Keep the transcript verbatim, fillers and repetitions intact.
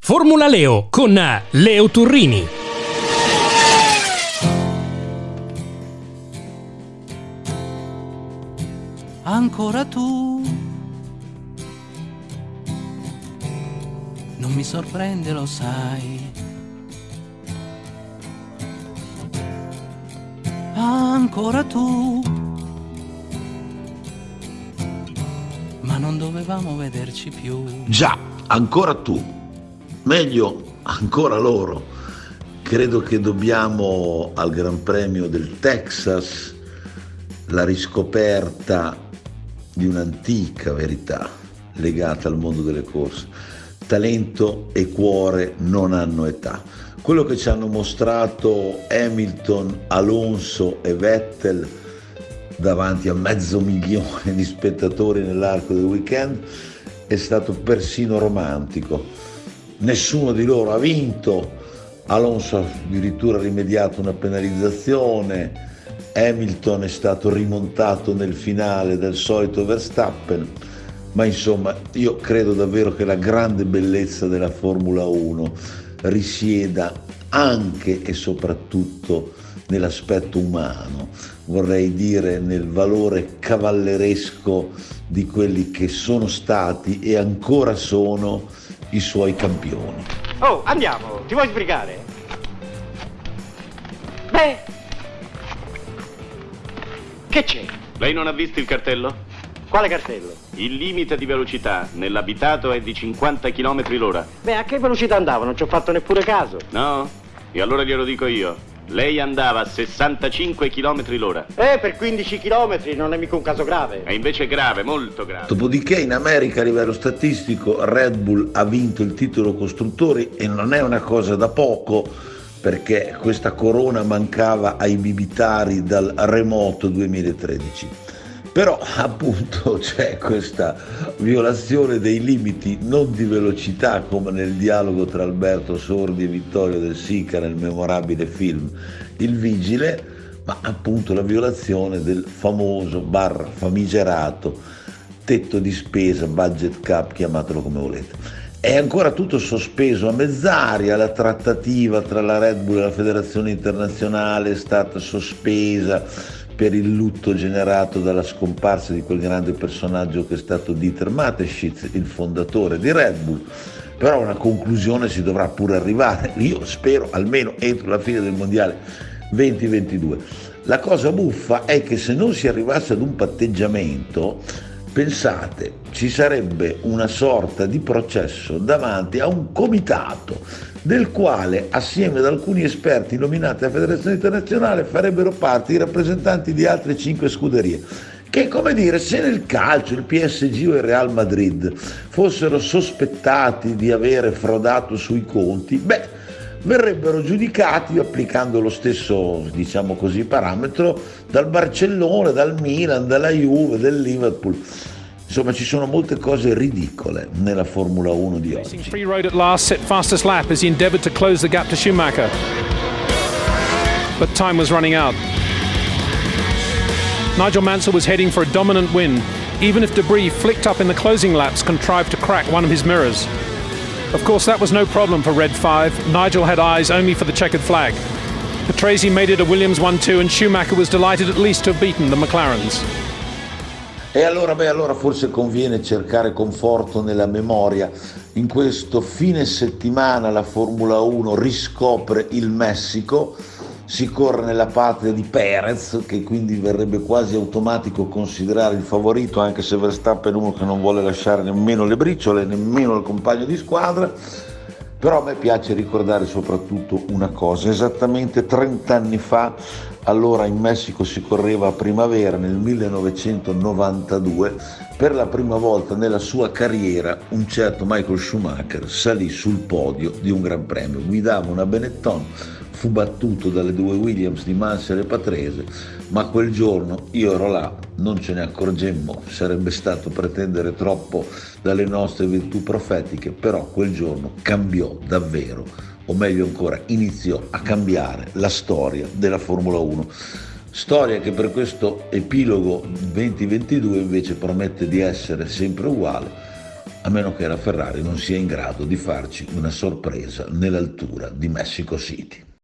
Formula Leo con Leo Turrini. Ancora tu, non mi sorprende, lo sai. Ancora tu, ma non dovevamo vederci più. Già, ancora tu, meglio ancora loro. Credo che dobbiamo al Gran Premio del Texas la riscoperta di un'antica verità legata al mondo delle corse. Talento e cuore non hanno età. Quello che ci hanno mostrato Hamilton, Alonso e Vettel davanti a mezzo milione di spettatori nell'arco del weekend è stato persino romantico. Nessuno di loro ha vinto, Alonso ha addirittura rimediato una penalizzazione, Hamilton è stato rimontato nel finale dal solito Verstappen, ma insomma io credo davvero che la grande bellezza della Formula uno risieda anche e soprattutto nell'aspetto umano, vorrei dire nel valore cavalleresco di quelli che sono stati e ancora sono i suoi campioni. Oh, andiamo, ti vuoi sbrigare? Beh, che c'è? Lei non ha visto il cartello? Quale cartello? Il limite di velocità nell'abitato è di cinquanta chilometri l'ora. Beh, a che velocità andavo? Non ci ho fatto neppure caso. No? E allora glielo dico io. Lei andava a sessantacinque chilometri l'ora. Eh, per quindici chilometri non è mica un caso grave. È invece grave, molto grave. Dopodiché in America a livello statistico Red Bull ha vinto il titolo costruttori e non è una cosa da poco, perché questa corona mancava ai bibitari dal remoto duemilatredici. Però appunto c'è questa violazione dei limiti non di velocità come nel dialogo tra Alberto Sordi e Vittorio Del Sica nel memorabile film Il Vigile, ma appunto la violazione del famoso barra famigerato tetto di spesa, budget cap, chiamatelo come volete. È ancora tutto sospeso a mezz'aria, la trattativa tra la Red Bull e la Federazione Internazionale è stata sospesa per il lutto generato dalla scomparsa di quel grande personaggio che è stato Dieter Mateschitz, il fondatore di Red Bull. Però a una conclusione si dovrà pure arrivare, io spero almeno entro la fine del mondiale duemilaventidue. La cosa buffa è che se non si arrivasse ad un patteggiamento, pensate, ci sarebbe una sorta di processo davanti a un comitato del quale, assieme ad alcuni esperti nominati alla Federazione Internazionale, farebbero parte i rappresentanti di altre cinque scuderie, che è come dire, se nel calcio il P S G o il Real Madrid fossero sospettati di avere frodato sui conti, beh, verrebbero giudicati applicando lo stesso, diciamo così, parametro dal Barcellona, dal Milan, dalla Juve, del Liverpool. Insomma, ci sono molte cose ridicole nella Formula uno di oggi. Free road at last, set fastest lap as he endeavoured to close the gap to Schumacher. But time was running out. Nigel Mansell was heading for a dominant win, even if debris flicked up in the closing laps contrived to crack one of his mirrors. Of course, that was no problem for Red five. Nigel had eyes only for the checkered flag. Patrese made it a Williams one two and Schumacher was delighted at least to have beaten the McLarens. E allora, beh, allora forse conviene cercare conforto nella memoria. In questo fine settimana la Formula uno riscopre il Messico, si corre nella patria di Perez, che quindi verrebbe quasi automatico considerare il favorito, anche se Verstappen è uno che non vuole lasciare nemmeno le briciole, nemmeno il compagno di squadra. Però a me piace ricordare soprattutto una cosa: esattamente trenta anni fa, allora in Messico si correva a primavera, nel millenovecentonovantadue, per la prima volta nella sua carriera un certo Michael Schumacher salì sul podio di un Gran Premio, guidava una Benetton, fu battuto dalle due Williams di Mansell e Patrese, ma quel giorno io ero là, non ce ne accorgemmo, sarebbe stato pretendere troppo dalle nostre virtù profetiche, però quel giorno cambiò davvero, o meglio ancora iniziò a cambiare la storia della Formula uno. Storia che per questo epilogo duemilaventidue invece promette di essere sempre uguale, a meno che la Ferrari non sia in grado di farci una sorpresa nell'altura di Mexico City.